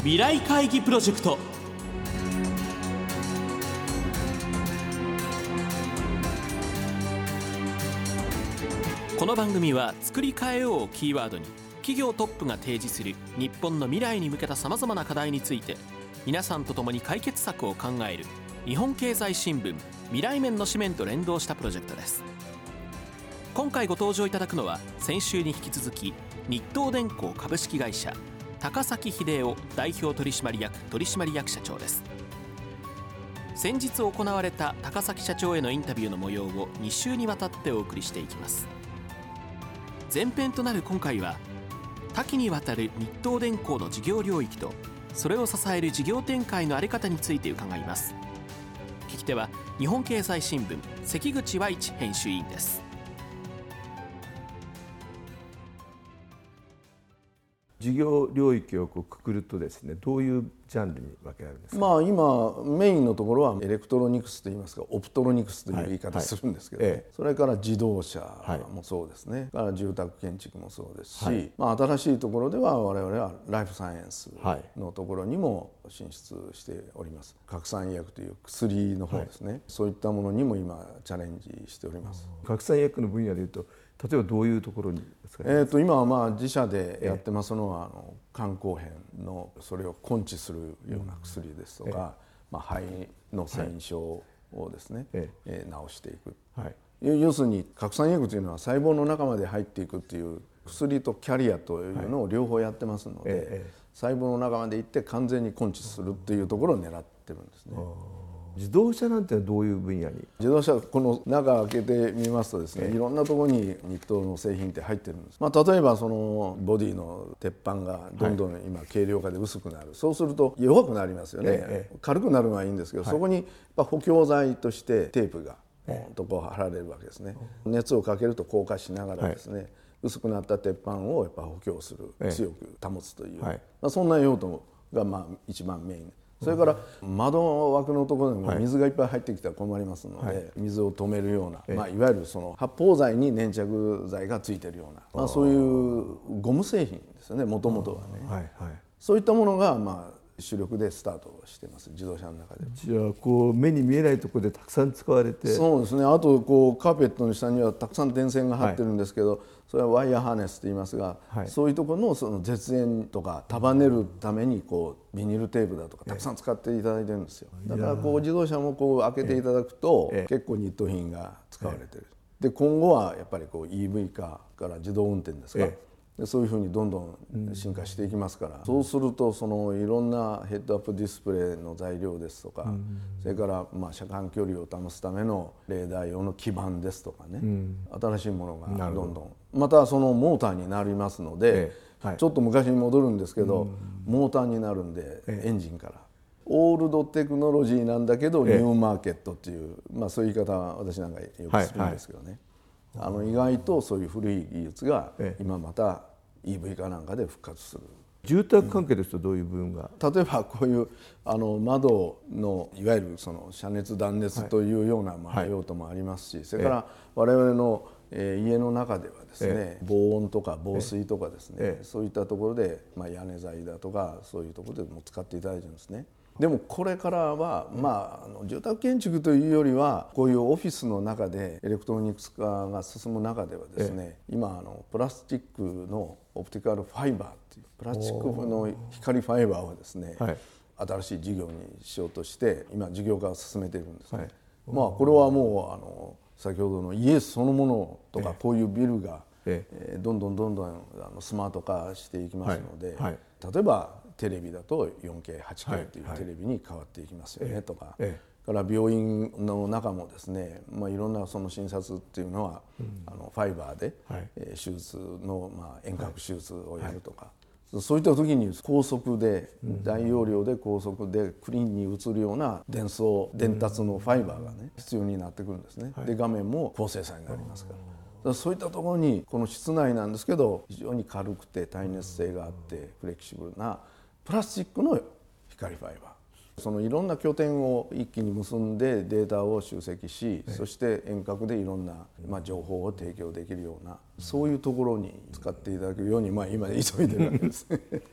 未来会議プロジェクト。この番組は作り変えようをキーワードに企業トップが提示する日本の未来に向けたさまざまな課題について皆さんと共に解決策を考える日本経済新聞未来面の紙面と連動したプロジェクトです。今回ご登場いただくのは先週に引き続き日東電工株式会社高崎秀夫代表取締役取締役社長です。先日行われた高崎社長へのインタビューの模様を2週にわたってお送りしていきます。前編となる今回は多岐にわたる日東電工の事業領域とそれを支える事業展開の在り方について伺います。聞き手は日本経済新聞関口和一編集委員です。 事業領域をくくるとですね、どういうジャンルに分けられるんですか。 今メインのところはエレクトロニクスといいますかオプトロニクスという言い方するんですけど、それから自動車もそうですね、から住宅建築もそうですし、新しいところでは我々はライフサイエンスのところにも進出しております。核酸医薬という薬の方ですね、そういったものにも今チャレンジしております。 核酸医薬の分野でいうと例えばどういうところにですかね。 今は自社でやってますのは肝硬変のそれを根治するような薬ですとか、肺の繊維症をですね、治していく、要するに核酸医薬というのは細胞の中まで入っていくっていう薬とキャリアというのを両方やってますので、細胞の中まで行って完全に根治するっていうところを狙ってるんですね。 自動車なんてどういう分野に。 自動車この中開けてみますとですね、いろんなところに日東の製品って入ってるんです。例えばそのボディの鉄板がどんどん今軽量化で薄くなる、そうすると弱くなりますよね、軽くなるのはいいんですけど、そこにやっぱ補強材としてテープがとこう貼られるわけですね。熱をかけると硬化しながらですね、薄くなった鉄板をやっぱ補強する、強く保つという、そんな用途が一番メイン。それから窓枠のところにも水がいっぱい入ってきたら困りますので、水を止めるような、いわゆるその発泡剤に粘着剤がついてるような、そういうゴム製品ですよね、もともとはね。そういったものが主力でスタートしてます、自動車の中で。 じゃあこう目に見えないところでたくさん使われて。 そうですね。あとカーペットの下にはたくさん電線が張ってるんですけど、それはワイヤーハーネスと言いますが、そういうところのその絶縁とか束ねるためにビニールテープだとかたくさん使っていただいてるんですよ。だから自動車も開けていただくと結構ニット品が使われてる。で今後はやっぱりEV 化から自動運転ですか、でそういうふうにどんどん進化していきますから、そうするとそのいろんなヘッドアップディスプレイの材料ですとか、それから車間距離を保つためのレーダー用の基板ですとかね、新しいものがどんどんまたそのモーターになりますので、ちょっと昔に戻るんですけど、モーターになるんでエンジンからオールドテクノロジーなんだけどニューマーケットっていう、そういう言い方は私なんかよくするんですけどね、意外とそういう古い技術が今また EV 化なんかで復活する。 住宅関係ですとどういう部分が。 例えばこういう窓のいわゆるその遮熱断熱というような用途もありますし、それから我々の家の中ではですね、防音とか防水とかですね、そういったところで屋根材だとかそういうところでも使っていただいてるんですね。でもこれからは住宅建築というよりはこういうオフィスの中でエレクトロニクス化が進む中ではですね、今プラスチックのオプティカルファイバーっていうプラスチックの光ファイバーをですね、新しい事業にしようとして今事業化を進めているんですね。これはもう先ほどの家そのものとかこういうビルがどんどんスマート化していきますので、例えばテレビだと 4K、8K というテレビに変わっていきますよねとか、から病院の中もですね、いろんなその診察っていうのはファイバーで手術の遠隔手術をやるとか、そういった時に高速で大容量で高速でクリーンに映るような伝達のファイバーがね必要になってくるんですね。で画面も高精細になりますから、そういったところにこの室内なんですけど非常に軽くて耐熱性があってフレキシブルなプラスチックの光ファイバー、そのいろんな拠点を一気に結んでデータを集積し、そして遠隔でいろんな情報を提供できるような、そういうところに使っていただくように今急いでるわけですね。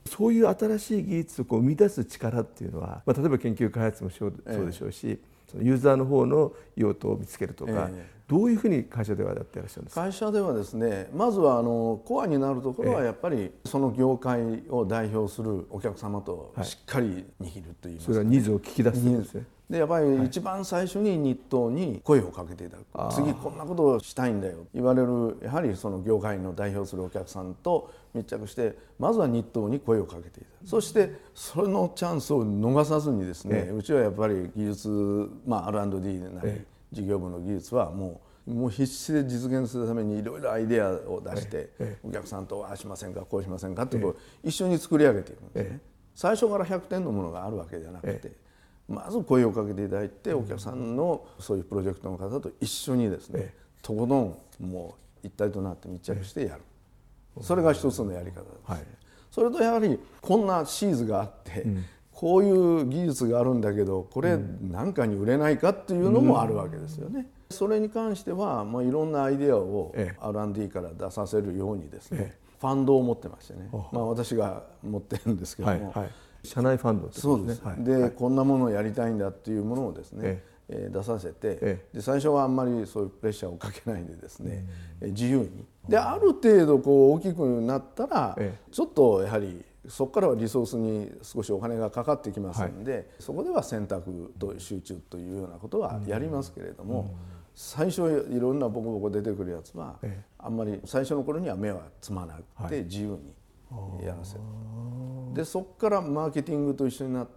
そういう新しい技術を生み出す力っていうのは、例えば研究開発もそうでしょうし、そのユーザーの方の用途を見つけるとか、どういうふうに会社ではやっていらっしゃるんですか？ 会社ではですね、まずはコアになるところはやっぱりその業界を代表するお客様としっかり握るといいますか、 それはニーズを聞き出すんですね。 でやっぱり一番最初に日東に声をかけていただく、次こんなことをしたいんだよ言われる、やはりその業界の代表するお客さんと密着して、まずは日東に声をかけていただく、そしてそのチャンスを逃さずにですね、うちはやっぱり技術、R&D なり事業部の技術はもう必死で実現するためにいろいろアイデアを出して、お客さんとああしませんかこうしませんかって一緒に作り上げていくんですね。最初から100点のものがあるわけじゃなくて、まず声をかけていただいて、お客さんのそういうプロジェクトの方と一緒にですね、とことんもう一体となって密着してやる、それが一つのやり方ですね。それとやはりこんなシーズがあって、こういう技術があるんだけどこれ何かに売れないかっていうのもあるわけですよね。それに関してはいろんなアイデアを R&D から出させるようにですね、ファンドを持ってましてね、私が持ってるんですけども、 社内ファンドってことですね。 そうです。で、こんなものをやりたいんだっていうものをですね、出させて、で最初はあんまりそういうプレッシャーをかけないでですね、自由にである程度大きくなったら、ちょっとやはりそこからはリソースに少しお金がかかってきますので、そこでは選択と集中というようなことはやりますけれども、最初いろんなボコボコ出てくるやつは、あんまり最初の頃には目はつまなくて自由にやらせる。でそこからマーケティングと一緒になって、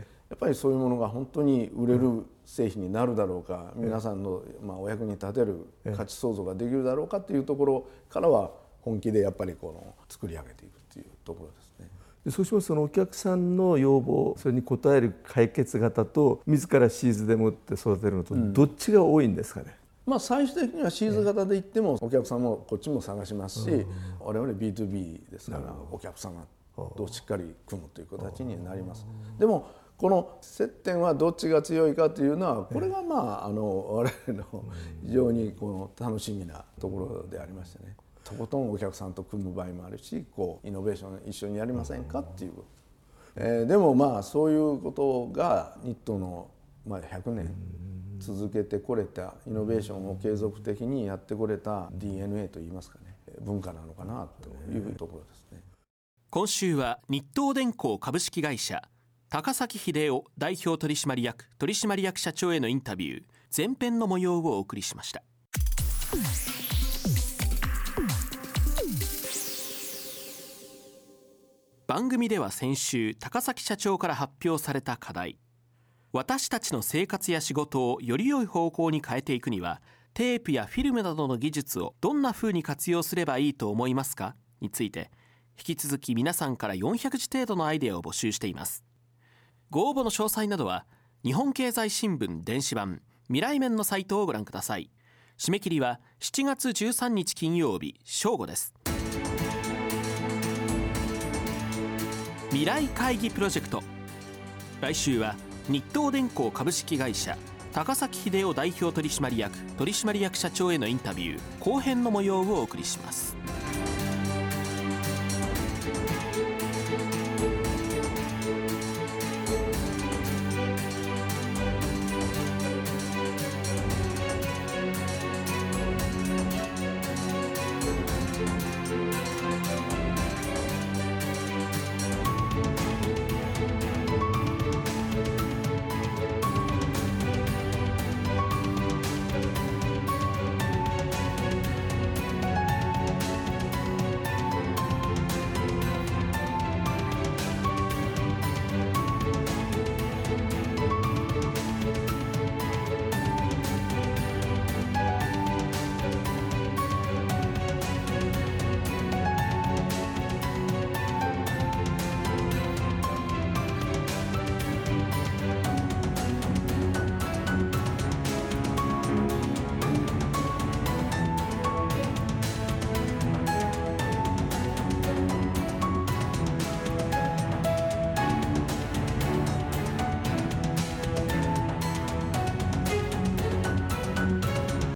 やっぱりそういうものが本当に売れる製品になるだろうか、皆さんのお役に立てる価値創造ができるだろうかっていうところからは本気でやっぱり作り上げていくっていうところですね。 でそうしますと、そのお客さんの要望、それに応える解決型と自らシーズでもって育てるのと、どっちが多いんですかね？ 最終的にはシーズ型でいってもお客さんもこっちも探しますし、我々 B2B ですからお客様としっかり組むという形になります。でもこの接点はどっちが強いかというのは、これが我々の非常に楽しみなところでありましてね、とことんお客さんと組む場合もあるし、イノベーション一緒にやりませんかっていう、でもそういうことがニットの100年続けてこれたイノベーションを継続的にやってこれた DNA といいますかね、文化なのかなというところですね。 今週は日東電工株式会社高崎秀夫代表取締役取締役社長へのインタビュー前編の模様をお送りしました。番組では先週、高崎社長から発表された課題、私たちの生活や仕事をより良い方向に変えていくには、テープやフィルムなどの技術をどんな風に活用すればいいと思いますかについて、引き続き皆さんから400字程度のアイデアを募集しています。ご応募の詳細などは日本経済新聞電子版未来面のサイトをご覧ください。締め切りは7月13日金曜日正午です。未来会議プロジェクト、来週は日東電工株式会社高崎秀夫代表取締役取締役社長へのインタビュー後編の模様をお送りします。